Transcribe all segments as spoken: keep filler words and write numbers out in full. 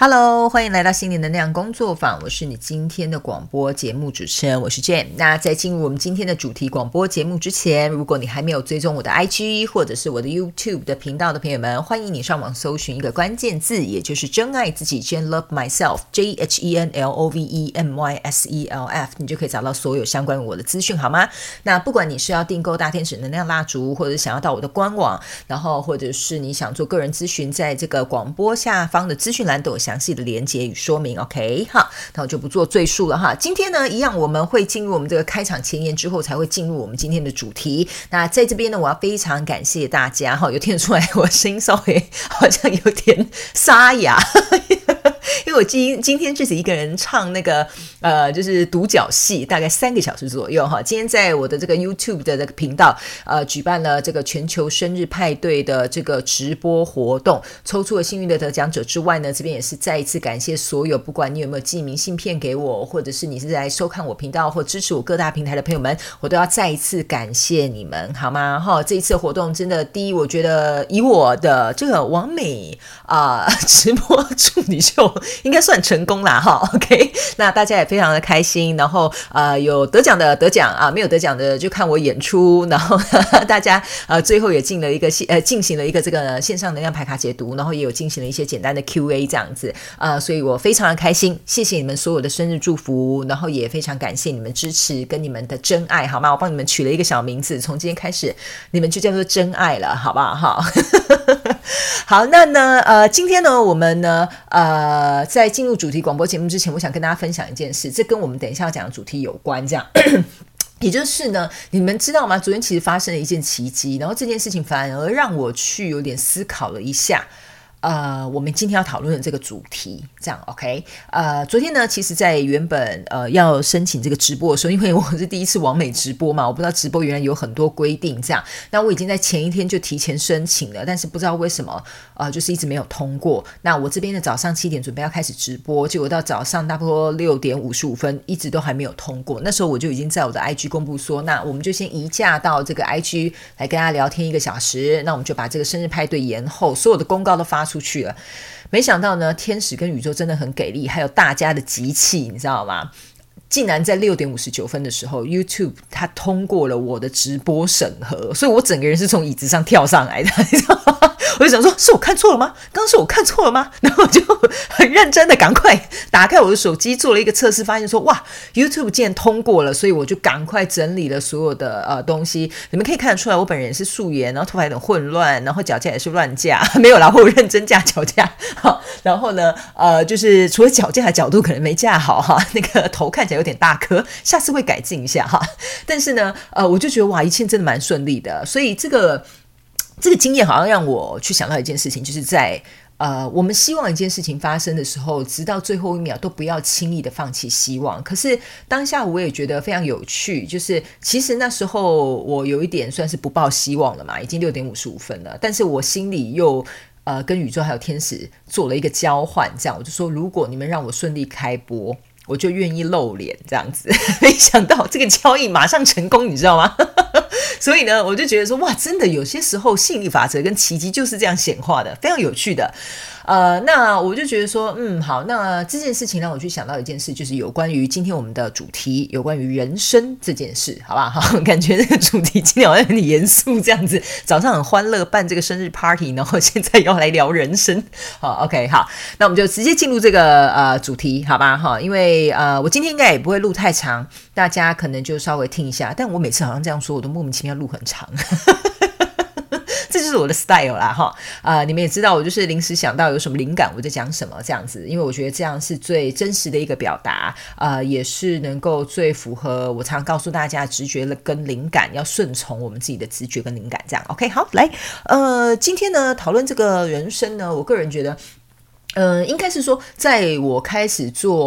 Hello， 欢迎来到心灵能量工作坊，我是你今天的广播节目主持人，我是 Jane。 那在进入我们今天的主题广播节目之前，如果你还没有追踪我的 I G 或者是我的 YouTube 的频道的朋友们，欢迎你上网搜寻一个关键字，也就是真爱自己 Jane Love Myself J H E N L O V E M Y S E L F， 你就可以找到所有相关我的资讯，好吗？那不管你是要订购大天使能量蜡烛，或者想要到我的官网，然后或者是你想做个人咨询，在这个广播下方的资讯栏都有详细的连结与说明 OK 好，那我就不做赘述了哈。今天呢一样我们会进入我们这个开场前言之后才会进入我们今天的主题。那在这边呢我要非常感谢大家哈，有听得出来我声音稍微好像有点沙哑因为我今今天自己一个人唱那个呃就是独角戏大概三个小时左右哈。今天在我的这个 YouTube 的这个频道呃举办了这个全球生日派对的这个直播活动，抽出了幸运的得奖者之外呢，这边也是再一次感谢所有不管你有没有寄明信片给我，或者是你是在收看我频道或支持我各大平台的朋友们，我都要再一次感谢你们好吗？哈，这一次活动真的第一我觉得以我的这个完美啊、呃、直播处女秀应该算成功啦哈 OK， 那大家也非常的开心，然后呃有得奖的得奖啊，没有得奖的就看我演出，然后大家呃最后也进了一个呃进行了一个这个线上能量牌卡解读，然后也有进行了一些简单的 Q A 这样子呃所以我非常的开心，谢谢你们所有的生日祝福，然后也非常感谢你们支持跟你们的真爱好吗？我帮你们取了一个小名字，从今天开始你们就叫做真爱了好不好？好好，那呢呃今天呢我们呢呃在进入主题广播节目之前，我想跟大家分享一件事，这跟我们等一下要讲的主题有关这样也就是呢你们知道吗，昨天其实发生了一件奇迹，然后这件事情反而让我去有点思考了一下呃，我们今天要讨论的这个主题，这样 OK？ 呃，昨天呢，其实，在原本呃要申请这个直播的时候，因为我是第一次网美直播嘛，我不知道直播原来有很多规定，这样，那我已经在前一天就提前申请了，但是不知道为什么呃，就是一直没有通过。那我这边的早上七点准备要开始直播，结果到早上差不多六点五十五分，一直都还没有通过。那时候我就已经在我的 I G 公布说，那我们就先移驾到这个 I G 来跟大家聊天一个小时，那我们就把这个生日派对延后，所有的公告都发出。出去了，没想到呢，天使跟宇宙真的很给力，还有大家的集气，你知道吗？竟然在六点五十九分的时候 YouTube 它通过了我的直播审核，所以我整个人是从椅子上跳上来的，你知道吗？我就想说是我看错了吗？刚刚是我看错了吗？然后我就很认真的赶快打开我的手机做了一个测试，发现说哇 YouTube 竟然通过了，所以我就赶快整理了所有的呃东西。你们可以看得出来我本人也是素颜，然后头发有点混乱，然后脚架也是乱架，没有啦，我认真架脚架。好，然后呢呃就是除了脚架的角度可能没架好哈，那个头看起来有点大颗，下次会改进一下哈。但是呢呃我就觉得哇一切真的蛮顺利的，所以这个这个经验好像让我去想到一件事情，就是在呃，我们希望一件事情发生的时候，直到最后一秒都不要轻易的放弃希望。可是当下我也觉得非常有趣，就是其实那时候我有一点算是不抱希望了嘛，已经六点五十五分了，但是我心里又呃跟宇宙还有天使做了一个交换，这样我就说如果你们让我顺利开播，我就愿意露脸这样子。没想到这个交易马上成功，你知道吗？所以呢我就觉得说哇真的有些时候吸引力法则跟奇迹就是这样显化的，非常有趣的。呃，那我就觉得说嗯好，那这件事情让我去想到一件事，就是有关于今天我们的主题，有关于人生这件事，好不好？好，感觉这个主题今天好像很严肃这样子，早上很欢乐办这个生日 party， 然后现在要来聊人生。好 OK 好，那我们就直接进入这个呃主题好吧哈，因为呃我今天应该也不会录太长，大家可能就稍微听一下，但我每次好像这样说我都莫名其妙录很长这就是我的 style 啦哈，呃，你们也知道我就是临时想到有什么灵感我就讲什么这样子，因为我觉得这样是最真实的一个表达，呃，也是能够最符合我常告诉大家直觉跟灵感，要顺从我们自己的直觉跟灵感这样。 OK 好，来呃，今天呢讨论这个人生呢，我个人觉得呃，应该是说在我开始做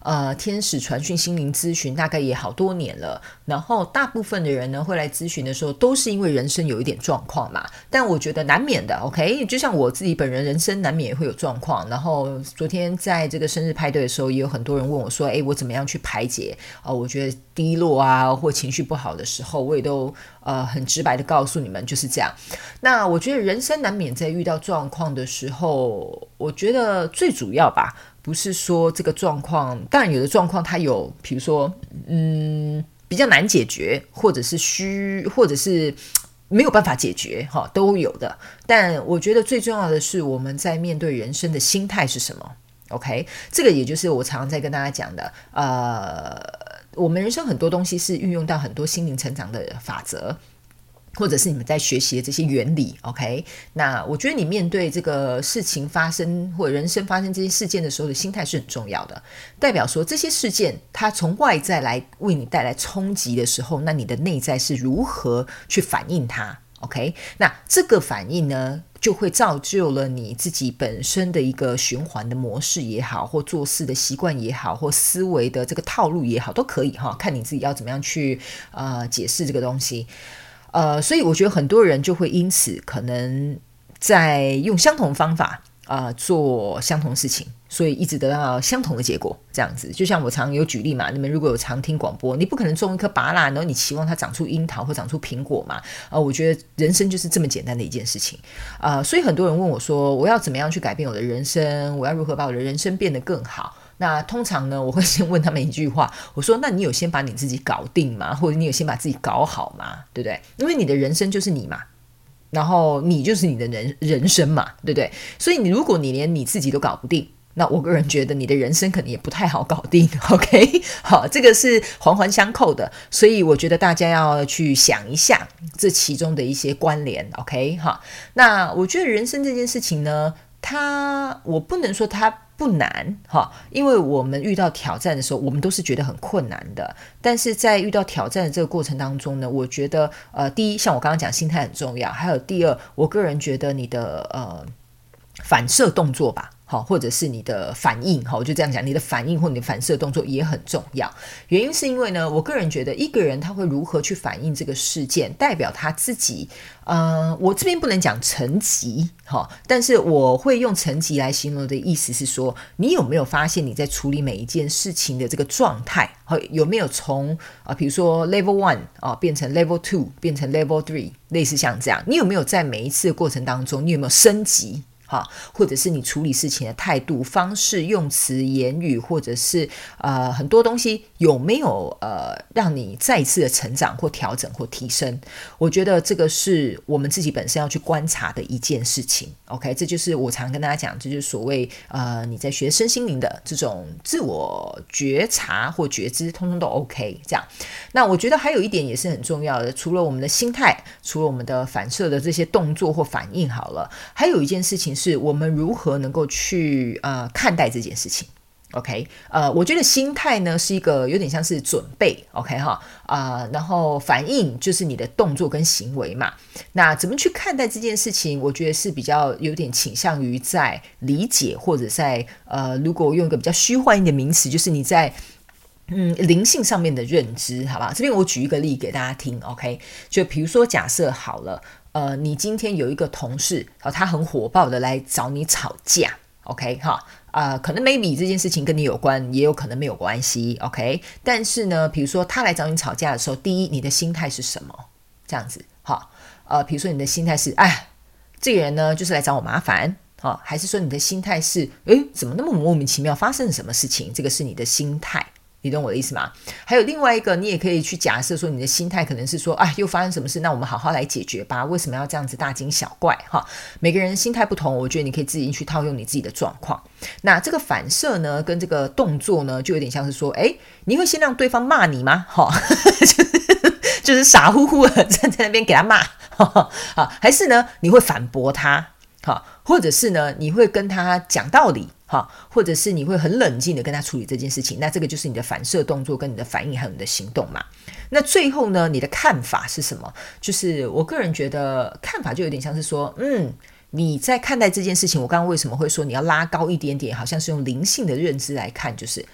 呃天使传讯心灵咨询大概也好多年了，然后大部分的人呢会来咨询的时候都是因为人生有一点状况嘛，但我觉得难免的 OK， 就像我自己本人人生难免也会有状况，然后昨天在这个生日派对的时候也有很多人问我说，诶，我怎么样去排解、呃、我觉得低落啊或情绪不好的时候，我也都呃很直白的告诉你们就是这样。那我觉得人生难免在遇到状况的时候，我觉得最主要吧，不是说这个状况，当然有的状况它有比如说嗯比较难解决，或者是虚或者是没有办法解决都有的，但我觉得最重要的是我们在面对人生的心态是什么。 OK， 这个也就是我常常在跟大家讲的，呃，我们人生很多东西是运用到很多心灵成长的法则，或者是你们在学习的这些原理 OK， 那我觉得你面对这个事情发生或者人生发生这些事件的时候的心态是很重要的，代表说这些事件它从外在来为你带来冲击的时候，那你的内在是如何去反应它 OK， 那这个反应呢就会造就了你自己本身的一个循环的模式也好，或做事的习惯也好，或思维的这个套路也好，都可以哈，看你自己要怎么样去呃解释这个东西。呃，所以我觉得很多人就会因此可能在用相同方法呃做相同事情，所以一直得到相同的结果，这样子。就像我常有举例嘛，你们如果有常听广播，你不可能种一颗芭乐，然后你期望它长出樱桃或长出苹果嘛。呃，我觉得人生就是这么简单的一件事情。呃，所以很多人问我说，我要怎么样去改变我的人生？我要如何把我的人生变得更好？那通常呢，我会先问他们一句话，我说那你有先把你自己搞定吗？或者你有先把自己搞好吗？对不对？因为你的人生就是你嘛，然后你就是你的 人, 人生嘛，对不对？所以你如果你连你自己都搞不定，那我个人觉得你的人生可能也不太好搞定 OK， 好，这个是环环相扣的，所以我觉得大家要去想一下这其中的一些关联 OK， 好，那我觉得人生这件事情呢，它我不能说它不难，因为我们遇到挑战的时候我们都是觉得很困难的，但是在遇到挑战的这个过程当中呢，我觉得呃，第一像我刚刚讲心态很重要，还有第二我个人觉得你的呃反射动作吧，或者是你的反应，我就这样讲，你的反应或你的反射动作也很重要。原因是因为呢，我个人觉得一个人他会如何去反应这个事件，代表他自己呃，我这边不能讲层级，但是我会用层级来形容的意思是说，你有没有发现你在处理每一件事情的这个状态，有没有从呃，比如说 level one、呃、变成 level two 变成 level three， 类似像这样，你有没有在每一次的过程当中，你有没有升级，或者是你处理事情的态度、方式、用词、言语，或者是呃很多东西有没有呃让你再一次的成长或调整或提升？我觉得这个是我们自己本身要去观察的一件事情。OK， 这就是我常跟大家讲，这就是所谓呃你在学身心灵的这种自我觉察或觉知，通通都 OK。这样，那我觉得还有一点也是很重要的，除了我们的心态，除了我们的反射的这些动作或反应好了，还有一件事情是。是我们如何能够去呃看待这件事情 OK， 呃，我觉得心态呢是一个有点像是准备 OK 哈啊、呃，然后反应就是你的动作跟行为嘛。那怎么去看待这件事情？我觉得是比较有点倾向于在理解，或者在呃，如果用一个比较虚幻一点名词，就是你在嗯灵性上面的认知，好吧？这边我举一个例给大家听 OK， 就比如说假设好了。呃，你今天有一个同事，哦、他很火爆的来找你吵架 ，OK 哈，呃，可能 maybe 这件事情跟你有关，也有可能没有关系 ，OK。但是呢，比如说他来找你吵架的时候，第一，你的心态是什么？这样子，哈，呃，比如说你的心态是，哎，这个人呢就是来找我麻烦，哦，还是说你的心态是，诶，怎么那么莫名其妙，发生了什么事情？这个是你的心态。你懂我的意思吗？还有另外一个，你也可以去假设说，你的心态可能是说，啊，又发生什么事？那我们好好来解决吧。为什么要这样子大惊小怪？哈，每个人心态不同，我觉得你可以自己去套用你自己的状况。那这个反射呢，跟这个动作呢，就有点像是说，哎，你会先让对方骂你吗？哈，就是就是傻乎乎的站在那边给他骂，哈，还是呢，你会反驳他？哈，或者是呢，你会跟他讲道理？或者是你会很冷静的跟他处理这件事情，那这个就是你的反射动作跟你的反应还有你的行动嘛。那最后呢，你的看法是什么？就是我个人觉得看法就有点像是说，嗯，你在看待这件事情，我刚刚为什么会说你要拉高一点点，好像是用灵性的认知来看，就是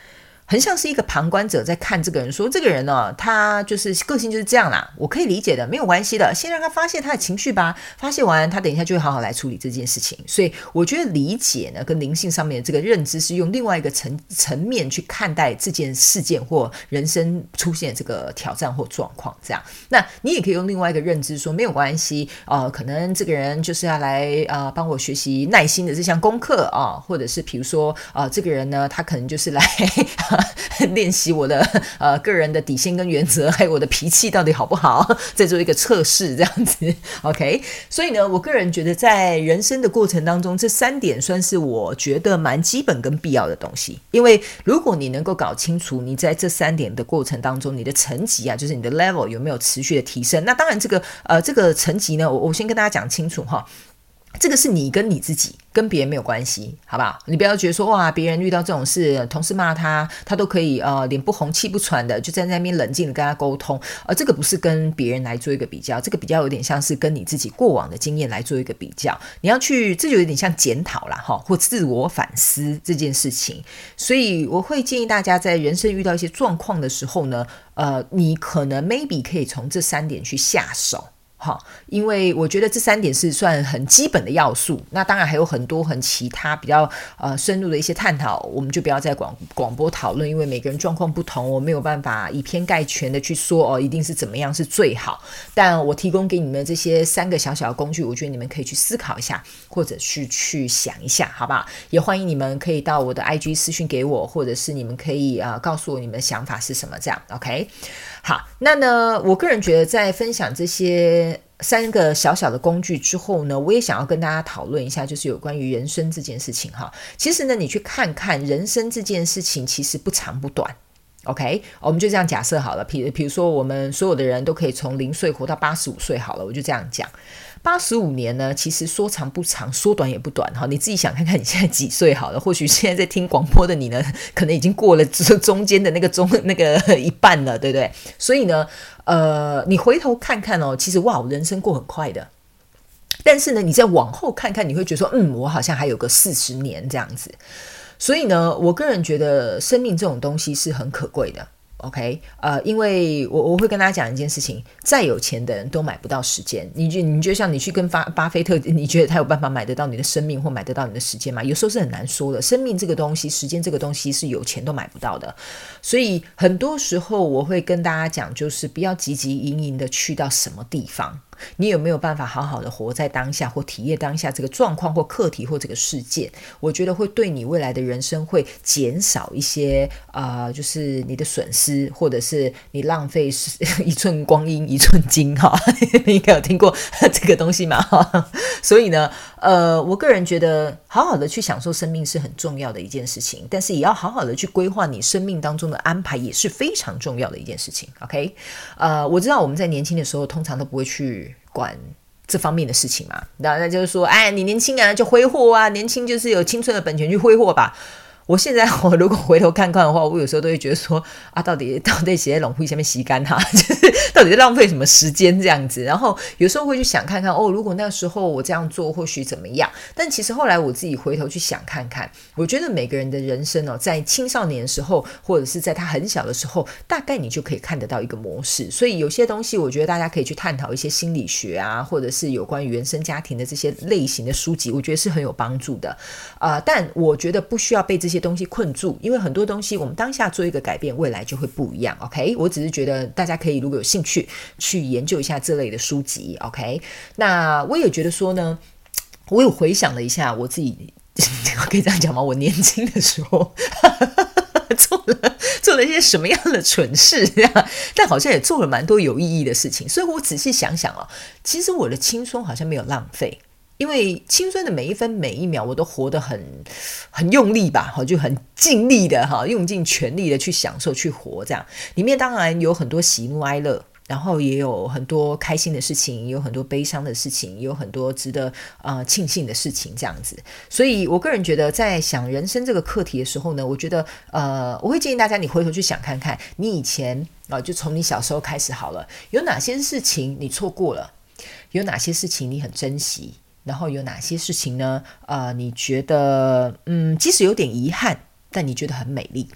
很像是一个旁观者在看这个人，说这个人呢，他就是个性就是这样啦，我可以理解的，没有关系的，先让他发泄他的情绪吧，发泄完他等一下就会好好来处理这件事情。所以我觉得理解呢跟灵性上面的这个认知是用另外一个层层面去看待这件事件或人生出现这个挑战或状况这样。那你也可以用另外一个认知说没有关系，呃，可能这个人就是要来呃帮我学习耐心的这项功课啊、呃，或者是比如说呃这个人呢他可能就是来练习我的呃个人的底线跟原则，还有我的脾气到底好不好，再做一个测试这样子 OK。 所以呢我个人觉得在人生的过程当中，这三点算是我觉得蛮基本跟必要的东西。因为如果你能够搞清楚你在这三点的过程当中你的层级啊，就是你的 level 有没有持续的提升，那当然这个呃这个层级呢，我我先跟大家讲清楚哈，这个是你跟你自己，跟别人没有关系，好不好？你不要觉得说哇，别人遇到这种事，同事骂他，他都可以呃脸不红气不喘的，就在那边冷静的跟他沟通，呃，这个不是跟别人来做一个比较，这个比较有点像是跟你自己过往的经验来做一个比较，你要去，这就有点像检讨啦，哈，或自我反思这件事情。所以我会建议大家在人生遇到一些状况的时候呢，呃，你可能 maybe 可以从这三点去下手。好，因为我觉得这三点是算很基本的要素，那当然还有很多很其他比较呃深入的一些探讨，我们就不要在广广播讨论，因为每个人状况不同，我没有办法以偏概全的去说哦，一定是怎么样是最好。但我提供给你们这些三个小小的工具，我觉得你们可以去思考一下，或者是去想一下，好不好？也欢迎你们可以到我的 I G 私讯给我，或者是你们可以呃告诉我你们的想法是什么，这样 OK。好，那呢，我个人觉得在分享这些三个小小的工具之后呢，我也想要跟大家讨论一下，就是有关于人生这件事情哈。其实呢，你去看看人生这件事情，其实不长不短。OK， 我们就这样假设好了，比比如说我们所有的人都可以从零岁活到八十五岁好了，我就这样讲。八十五年呢，其实说长不长，说短也不短哈。你自己想看看你现在几岁好了，或许现在在听广播的你呢，可能已经过了中间的那个中那个一半了，对不对？所以呢，呃，你回头看看哦，其实哇，人生过很快的。但是呢，你再往后看看，你会觉得说，嗯，我好像还有个四十年这样子。所以呢，我个人觉得生命这种东西是很可贵的。OK， 呃，因为我我会跟大家讲一件事情，再有钱的人都买不到时间。你就你就像你去跟巴巴菲特，你觉得他有办法买得到你的生命或买得到你的时间吗？有时候是很难说的。生命这个东西，时间这个东西是有钱都买不到的。所以很多时候我会跟大家讲，就是不要汲汲营营的去到什么地方。你有没有办法好好的活在当下，或体验当下这个状况或课题或这个事件？我觉得会对你未来的人生会减少一些呃，就是你的损失，或者是你浪费一寸光阴一寸金哈。你应该有听过这个东西嘛？所以呢，呃，我个人觉得好好的去享受生命是很重要的一件事情，但是也要好好的去规划你生命当中的安排，也是非常重要的一件事情。OK， 呃，我知道我们在年轻的时候通常都不会去管这方面的事情嘛，那那就是说，哎，你年轻啊就挥霍啊，年轻就是有青春的本钱去挥霍吧。我现在我如果回头看看的话，我有时候都会觉得说啊，到底到底写在冷库下面洗干哈，就是到底在浪费什么时间这样子。然后有时候会去想看看，哦，如果那时候我这样做，或许怎么样？但其实后来我自己回头去想看看，我觉得每个人的人生哦，在青少年的时候，或者是在他很小的时候，大概你就可以看得到一个模式。所以有些东西，我觉得大家可以去探讨一些心理学啊，或者是有关于原生家庭的这些类型的书籍，我觉得是很有帮助的。呃，但我觉得不需要被这些东西困住，因为很多东西我们当下做一个改变，未来就会不一样。 OK， 我只是觉得大家可以如果有兴趣去研究一下这类的书籍。 OK， 那我也觉得说呢，我有回想了一下我自己可以这样讲吗？我年轻的时候做了做了一些什么样的蠢事这样，但好像也做了蛮多有意义的事情。所以我仔细想想哦，其实我的青春好像没有浪费，因为青春的每一分每一秒我都活得很很用力吧，就很尽力的用尽全力的去享受去活，这样里面当然有很多喜怒哀乐，然后也有很多开心的事情，也有很多悲伤的事情，也有很多值得呃庆幸的事情这样子。所以我个人觉得在想人生这个课题的时候呢，我觉得呃我会建议大家你回头去想看看你以前呃就从你小时候开始好了，有哪些事情你错过了，有哪些事情你很珍惜，然后有哪些事情呢？呃，你觉得嗯，即使有点遗憾，但你觉得很美丽。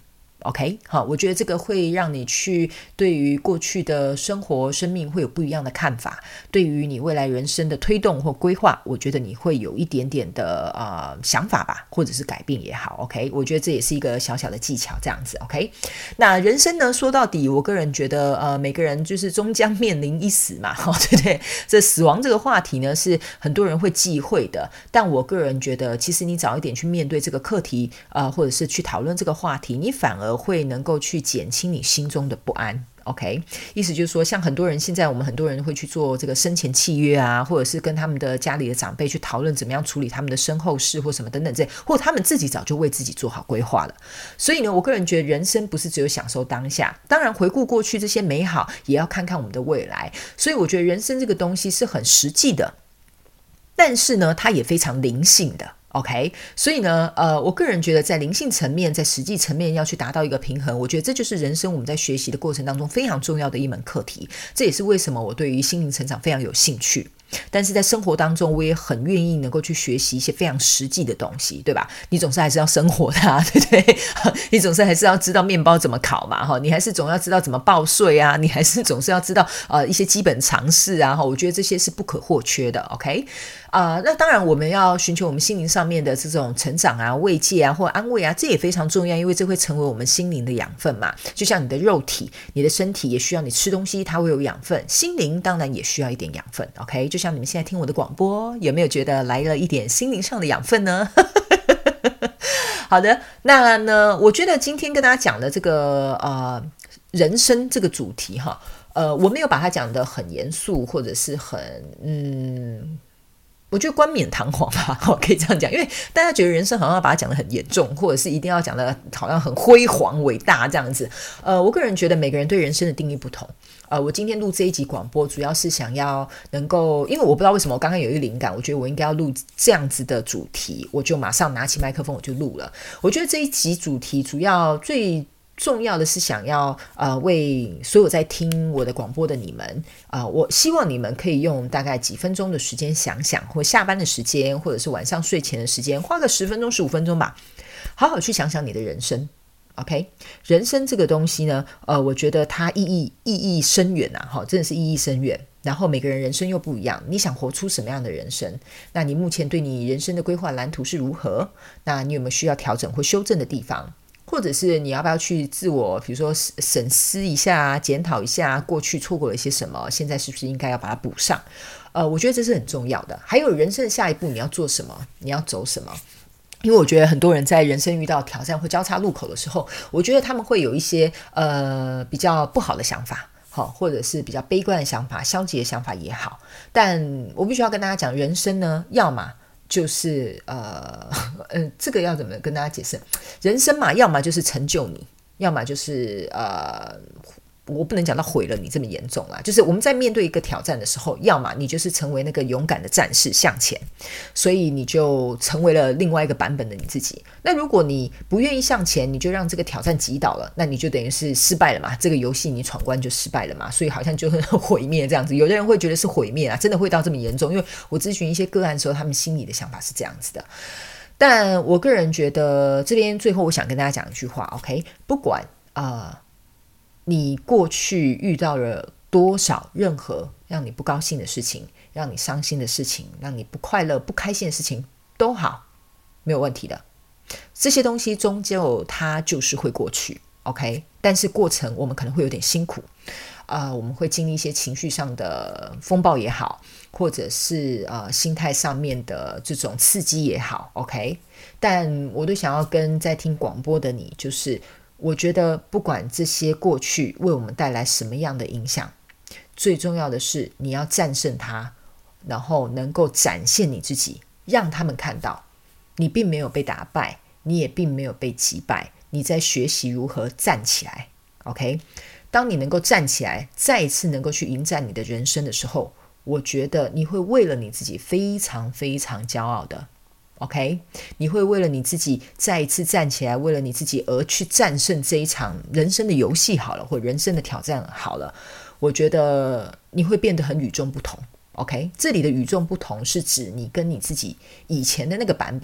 OK， 好，我觉得这个会让你去对于过去的生活生命会有不一样的看法，对于你未来人生的推动或规划，我觉得你会有一点点的呃想法吧，或者是改变也好。 OK， 我觉得这也是一个小小的技巧这样子。 OK， 那人生呢，说到底我个人觉得呃每个人就是终将面临一死嘛，对不对？这死亡这个话题呢是很多人会忌讳的，但我个人觉得其实你早一点去面对这个课题呃或者是去讨论这个话题，你反而会能够去减轻你心中的不安。 OK， 意思就是说像很多人现在我们很多人会去做这个生前契约啊，或者是跟他们的家里的长辈去讨论怎么样处理他们的身后事或什么等等这，或者他们自己早就为自己做好规划了。所以呢，我个人觉得人生不是只有享受当下，当然回顾过去这些美好也要看看我们的未来。所以我觉得人生这个东西是很实际的，但是呢它也非常灵性的。OK， 所以呢，呃，我个人觉得在灵性层面，在实际层面要去达到一个平衡，我觉得这就是人生我们在学习的过程当中非常重要的一门课题。这也是为什么我对于心灵成长非常有兴趣。但是在生活当中我也很愿意能够去学习一些非常实际的东西，对吧？你总是还是要生活的啊，对不对？你总是还是要知道面包怎么烤嘛，你还是总要知道怎么报税啊，你还是总是要知道呃一些基本常识啊，我觉得这些是不可或缺的。 OK，呃、那当然我们要寻求我们心灵上面的这种成长啊、慰藉啊或安慰啊，这也非常重要，因为这会成为我们心灵的养分嘛。就像你的肉体，你的身体也需要你吃东西，它会有养分，心灵当然也需要一点养分。 OK， 就像你们现在听我的广播，有没有觉得来了一点心灵上的养分呢？好的，那呢我觉得今天跟大家讲的这个呃人生这个主题哈，呃我没有把它讲得很严肃，或者是很嗯我觉得冠冕堂皇吧，可以这样讲，因为大家觉得人生好像要把它讲得很严重，或者是一定要讲得好像很辉煌伟大这样子。呃，我个人觉得每个人对人生的定义不同。呃，我今天录这一集广播，主要是想要能够，因为我不知道为什么我刚刚有一个灵感，我觉得我应该要录这样子的主题，我就马上拿起麦克风我就录了。我觉得这一集主题主要最重要的是想要呃为所有在听我的广播的你们呃，我希望你们可以用大概几分钟的时间想想，或下班的时间，或者是晚上睡前的时间，花个十分钟十五分钟吧，好好去想想你的人生。 OK， 人生这个东西呢呃，我觉得它意义意义深远啊，真的是意义深远。然后每个人人生又不一样，你想活出什么样的人生？那你目前对你人生的规划蓝图是如何？那你有没有需要调整或修正的地方？或者是你要不要去自我比如说审思一下，检讨一下过去错过了一些什么，现在是不是应该要把它补上？呃，我觉得这是很重要的。还有人生的下一步你要做什么，你要走什么？因为我觉得很多人在人生遇到挑战或交叉路口的时候，我觉得他们会有一些呃比较不好的想法，或者是比较悲观的想法，消极的想法也好。但我必须要跟大家讲，人生呢要么就是呃呃，这个要怎么跟大家解释？人生嘛，要么就是成就你，要么就是呃，我不能讲到毁了你这么严重啦。就是我们在面对一个挑战的时候，要么你就是成为那个勇敢的战士向前，所以你就成为了另外一个版本的你自己。那如果你不愿意向前，你就让这个挑战击倒了，那你就等于是失败了嘛，这个游戏你闯关就失败了嘛，所以好像就是毁灭这样子。有的人会觉得是毁灭啊，真的会到这么严重，因为我咨询一些个案的时候，他们心里的想法是这样子的。但我个人觉得这边最后我想跟大家讲一句话 OK， 不管呃你过去遇到了多少任何让你不高兴的事情，让你伤心的事情，让你不快乐不开心的事情都好，没有问题的。这些东西终究它就是会过去 OK， 但是过程我们可能会有点辛苦，呃，我们会经历一些情绪上的风暴也好，或者是呃心态上面的这种刺激也好 OK， 但我都想要跟在听广播的你，就是我觉得不管这些过去为我们带来什么样的影响，最重要的是你要战胜它，然后能够展现你自己，让他们看到你并没有被打败，你也并没有被击败，你在学习如何站起来 OK。 当你能够站起来，再一次能够去迎战你的人生的时候，我觉得你会为了你自己非常非常骄傲的OK， 你会为了你自己再一次站起来，为了你自己而去战胜这一场人生的游戏好了，或人生的挑战好了，我觉得你会变得很与众不同 OK， 这里的与众不同是指你跟你自己以前的那个版本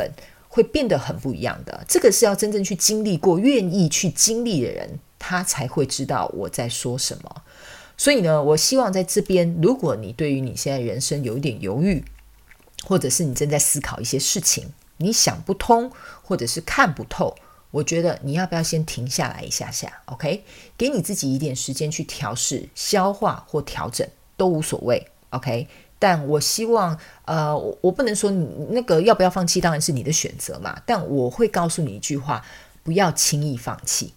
会变得很不一样的。这个是要真正去经历过，愿意去经历的人，他才会知道我在说什么。所以呢，我希望在这边，如果你对于你现在人生有一点犹豫，或者是你正在思考一些事情，你想不通，或者是看不透，我觉得你要不要先停下来一下下 OK， 给你自己一点时间去调试、消化或调整都无所谓 OK。 但我希望呃，我我不能说你那个要不要放弃当然是你的选择嘛，但我会告诉你一句话，不要轻易放弃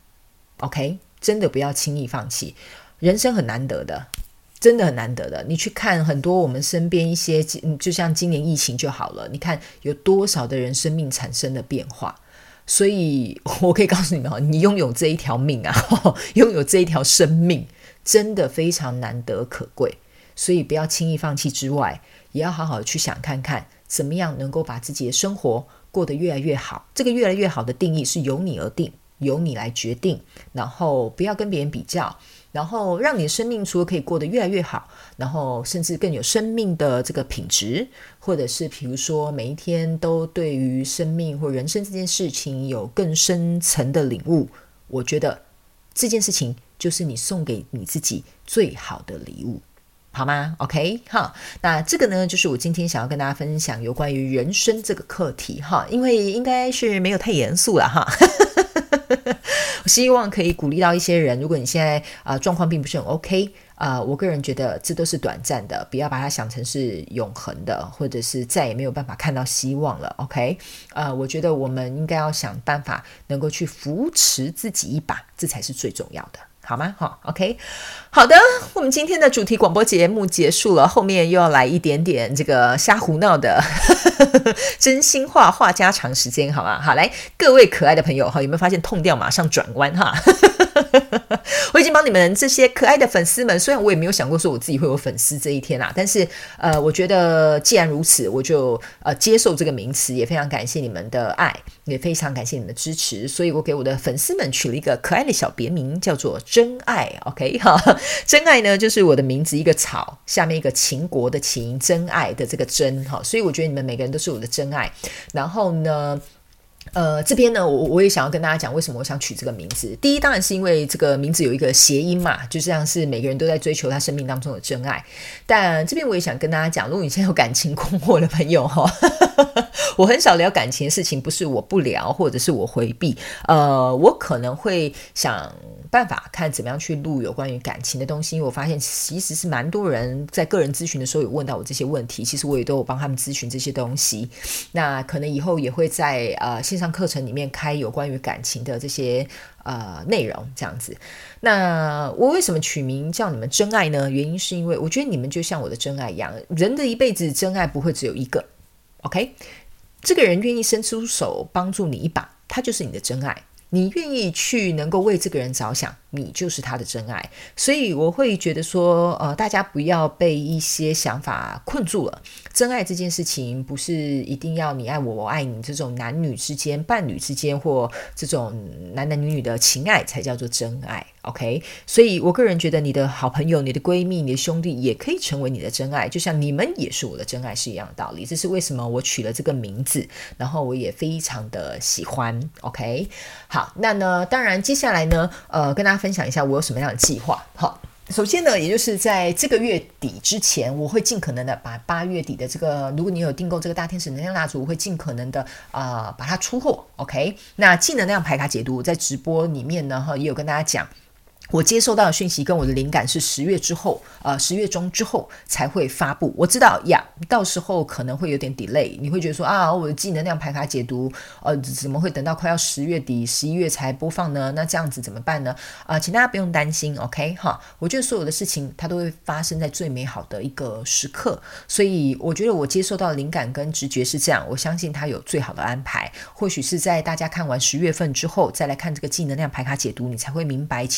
OK， 真的不要轻易放弃，人生很难得的，真的很难得的。你去看很多我们身边一些，就像今年疫情就好了，你看有多少的人生命产生了变化。所以我可以告诉你们，你拥有这一条命啊，拥有这一条生命真的非常难得可贵，所以不要轻易放弃之外，也要好好的去想看看怎么样能够把自己的生活过得越来越好。这个越来越好的定义是由你而定，由你来决定，然后不要跟别人比较，然后让你的生命除了可以过得越来越好，然后甚至更有生命的这个品质，或者是比如说每一天都对于生命或人生这件事情有更深层的领悟，我觉得这件事情就是你送给你自己最好的礼物，好吗 ？OK， 哈，那这个呢，就是我今天想要跟大家分享有关于人生这个课题哈，因为应该是没有太严肃了哈。我希望可以鼓励到一些人，如果你现在啊、呃、状况并不是很 OK 啊、呃，我个人觉得这都是短暂的，不要把它想成是永恒的，或者是再也没有办法看到希望了 OK， 呃，我觉得我们应该要想办法能够去扶持自己一把，这才是最重要的。好吗？好 ，OK， 好的，我们今天的主题广播节目结束了，后面又要来一点点这个瞎胡闹的真心话话家常时间，好吗？好，来各位可爱的朋友，有没有发现痛调马上转弯哈？我已经帮你们这些可爱的粉丝们，虽然我也没有想过说我自己会有粉丝这一天啦，但是呃，我觉得既然如此，我就呃接受这个名词，也非常感谢你们的爱，也非常感谢你们的支持，所以我给我的粉丝们取了一个可爱的小别名，叫做真爱 OK 哈，真爱呢就是我的名字一个草下面一个秦国的秦，真爱的这个真哈，所以我觉得你们每个人都是我的真爱。然后呢呃，这边呢，我我也想要跟大家讲，为什么我想取这个名字。第一，当然是因为这个名字有一个谐音嘛，就像是每个人都在追求他生命当中的真爱。但这边我也想跟大家讲，如果你现在有感情困惑的朋友哈，我很少聊感情的事情，不是我不聊，或者是我回避，呃，我可能会想办法看怎么样去录有关于感情的东西，因为我发现其实是蛮多人在个人咨询的时候有问到我这些问题，其实我也都有帮他们咨询这些东西。那可能以后也会在呃线上课程里面开有关于感情的这些呃内容这样子。那我为什么取名叫你们真爱呢？原因是因为我觉得你们就像我的真爱一样，人的一辈子真爱不会只有一个 OK， 这个人愿意伸出手帮助你一把，他就是你的真爱。你愿意去能够为这个人着想，你就是他的真爱。所以我会觉得说呃，大家不要被一些想法困住了。真爱这件事情不是一定要你爱我我爱你这种男女之间伴侣之间或这种男男女女的情爱才叫做真爱 OK， 所以我个人觉得你的好朋友你的闺蜜你的兄弟也可以成为你的真爱，就像你们也是我的真爱是一样的道理。这是为什么我取了这个名字，然后我也非常的喜欢 OK。 好，那呢当然接下来呢呃，跟大家分享一下我有什么样的计划。好，首先呢，也就是在这个月底之前，我会尽可能的把八月底的这个，如果你有订购这个大天使能量蜡烛，我会尽可能的啊、呃、把它出货 OK。 那净能量牌卡解读在直播里面呢也有跟大家讲，我接受到的讯息跟我的灵感是十月之后，呃，十月中之后才会发布。我知道呀，到时候可能会有点 delay， 你会觉得说啊，我的技能量牌卡解读，呃，怎么会等到快要十月底、十一月才播放呢？那这样子怎么办呢？啊、呃，请大家不用担心 ，OK 哈。我觉得所有的事情它都会发生在最美好的一个时刻，所以我觉得我接受到的灵感跟直觉是这样，我相信它有最好的安排。或许是在大家看完十月份之后，再来看这个技能量牌卡解读，你才会明白其中的道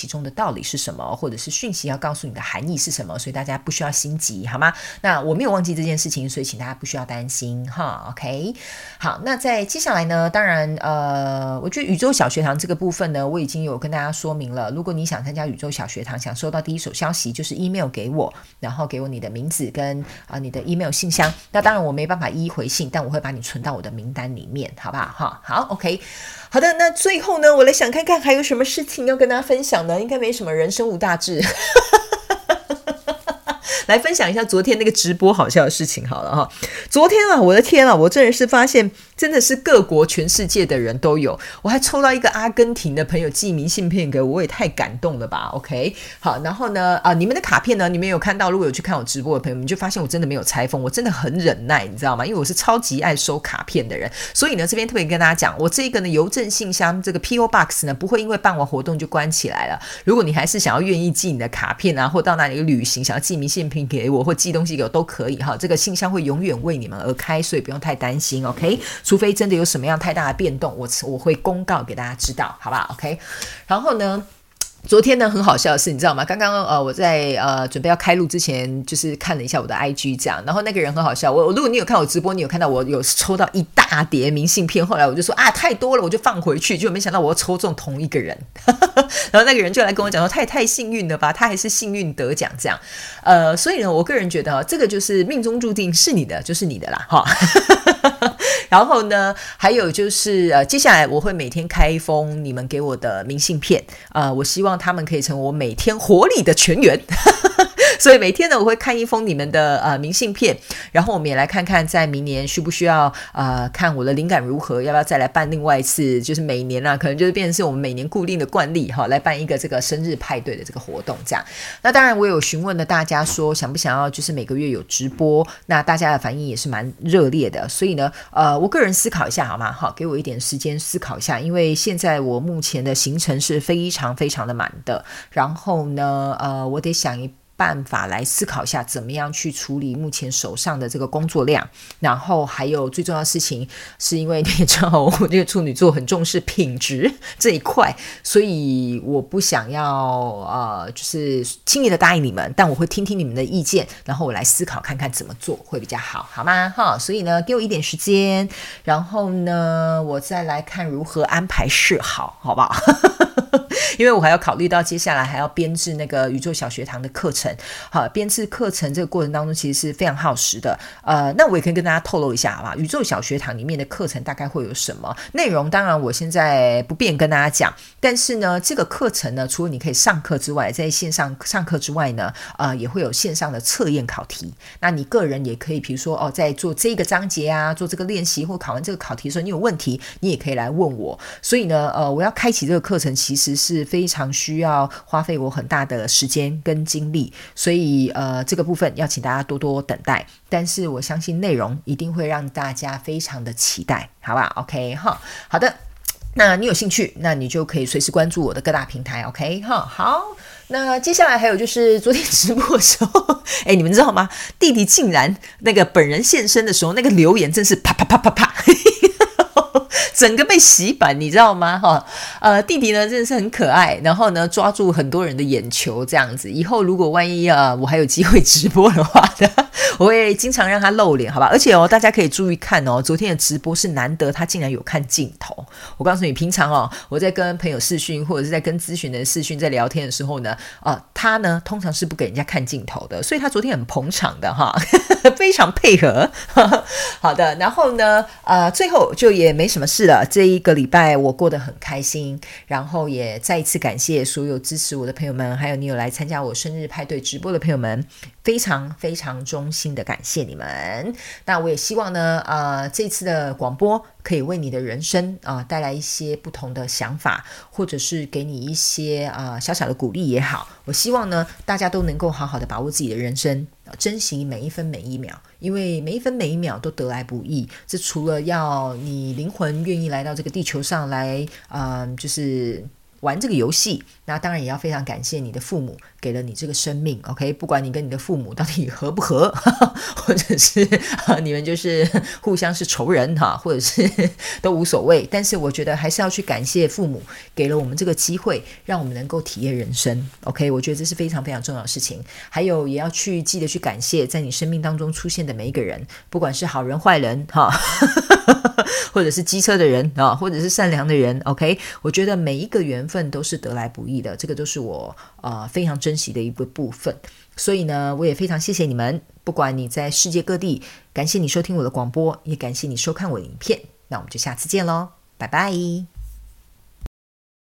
道理是什么，或者是讯息要告诉你的含义是什么，所以大家不需要心急，好吗？那我没有忘记这件事情，所以请大家不需要担心哈。OK， 好，那在接下来呢，当然呃，我觉得宇宙小学堂这个部分呢，我已经有跟大家说明了。如果你想参加宇宙小学堂，想收到第一手消息，就是 email 给我，然后给我你的名字跟啊、呃、你的 email 信箱。那当然我没办法一一回信，但我会把你存到我的名单里面，好不好？哈，好 ，OK。好的，那最后呢，我来想看看还有什么事情要跟大家分享呢？应该没什么，人生无大志。来分享一下昨天那个直播好笑的事情好了哈。昨天啊，我的天啊，我真的是发现真的是各国全世界的人都有，我还抽到一个阿根廷的朋友寄明信片给我，我也太感动了吧。 OK， 好，然后呢啊，你们的卡片呢，你们有看到，如果有去看我直播的朋友，你就发现我真的没有拆封，我真的很忍耐，你知道吗？因为我是超级爱收卡片的人，所以呢这边特别跟大家讲，我这个呢邮政信箱这个 P O Box 呢不会因为办完活动就关起来了。如果你还是想要愿意寄你的卡片啊，或到哪里旅行想要寄明信片给我或寄东西给我都可以哈，这个信箱会永远为你们而开，所以不用太担心 OK， 除非真的有什么样太大的变动，我我会公告给大家知道，好不好 OK。 然后呢昨天呢很好笑的是，你知道吗？刚刚呃我在呃准备要开录之前，就是看了一下我的 I G 这样，然后那个人很好笑。我如果你有看我直播，你有看到我有抽到一大叠明信片，后来我就说啊太多了，我就放回去，就没想到我又抽中同一个人，然后那个人就来跟我讲说，他也太幸运了吧，他还是幸运得奖这样。呃，所以呢，我个人觉得这个就是命中注定，是你的就是你的啦哈。然后呢，还有就是呃，接下来我会每天开一封你们给我的明信片，呃，我希望他们可以成为我每天活力的泉源。所以每天呢，我会看一封你们的呃明信片，然后我们也来看看在明年需不需要呃看我的灵感如何，要不要再来办另外一次，就是每年啊，可能就是变成是我们每年固定的惯例哈，来办一个这个生日派对的这个活动这样。那当然我有询问了大家说想不想要就是每个月有直播，那大家的反应也是蛮热烈的，所以呢呃我个人思考一下好吗？好，给我一点时间思考一下，因为现在我目前的行程是非常非常的满的，然后呢呃我得想一办法来思考一下怎么样去处理目前手上的这个工作量，然后还有最重要的事情是因为你也知道我这个处女座很重视品质这一块，所以我不想要呃就是轻易的答应你们，但我会听听你们的意见，然后我来思考看看怎么做会比较好，好吗？哈，所以呢给我一点时间，然后呢我再来看如何安排事好，好不好？因为我还要考虑到接下来还要编制那个宇宙小学堂的课程，好，编制课程这个过程当中其实是非常耗时的，呃，那我也可以跟大家透露一下好吧，宇宙小学堂里面的课程大概会有什么内容，当然我现在不便跟大家讲，但是呢这个课程呢除了你可以上课之外，在线上上课之外呢呃，也会有线上的测验考题，那你个人也可以比如说哦，在做这个章节啊，做这个练习或考完这个考题的时候你有问题你也可以来问我，所以呢呃，我要开启这个课程其实是非常需要花费我很大的时间跟精力，所以呃这个部分要请大家多多等待，但是我相信内容一定会让大家非常的期待，好吧 OK 哈，好的，那你有兴趣那你就可以随时关注我的各大平台 OK 哈，好，那接下来还有就是昨天直播的时候哎，你们知道吗，弟弟竟然那个本人现身的时候那个留言真是啪啪啪啪啪整个被洗版，你知道吗？哈，呃，弟弟呢真的是很可爱，然后呢抓住很多人的眼球，这样子。以后如果万一啊我还有机会直播的话呢，我会经常让他露脸，好吧？而且哦，大家可以注意看哦，昨天的直播是难得他竟然有看镜头。我告诉你，平常哦我在跟朋友视讯或者是在跟咨询人视讯在聊天的时候呢，呃，他呢通常是不给人家看镜头的，所以他昨天很捧场的哈，非常配合。好的，然后呢，呃，最后就也没什么事了。这一个礼拜我过得很开心，然后也再一次感谢所有支持我的朋友们，还有你有来参加我生日派对直播的朋友们，非常非常衷心的感谢你们。那我也希望呢，呃，这次的广播可以为你的人生啊、呃、带来一些不同的想法，或者是给你一些啊、呃、小小的鼓励也好。我希望呢，大家都能够好好的把握自己的人生，珍惜每一分每一秒，因为每一分每一秒都得来不易。这除了要你灵魂愿意来到这个地球上来，嗯、呃，就是玩这个游戏。那当然也要非常感谢你的父母给了你这个生命 OK， 不管你跟你的父母到底合不合或者是你们就是互相是仇人哈，或者是都无所谓，但是我觉得还是要去感谢父母给了我们这个机会，让我们能够体验人生 OK， 我觉得这是非常非常重要的事情。还有也要去记得去感谢在你生命当中出现的每一个人，不管是好人坏人哈或者是机车的人啊，或者是善良的人 OK， 我觉得每一个缘分都是得来不易的，这个都是我、呃、非常珍惜的一个部分。所以呢，我也非常谢谢你们，不管你在世界各地，感谢你收听我的广播，也感谢你收看我的影片。那我们就下次见咯，拜拜。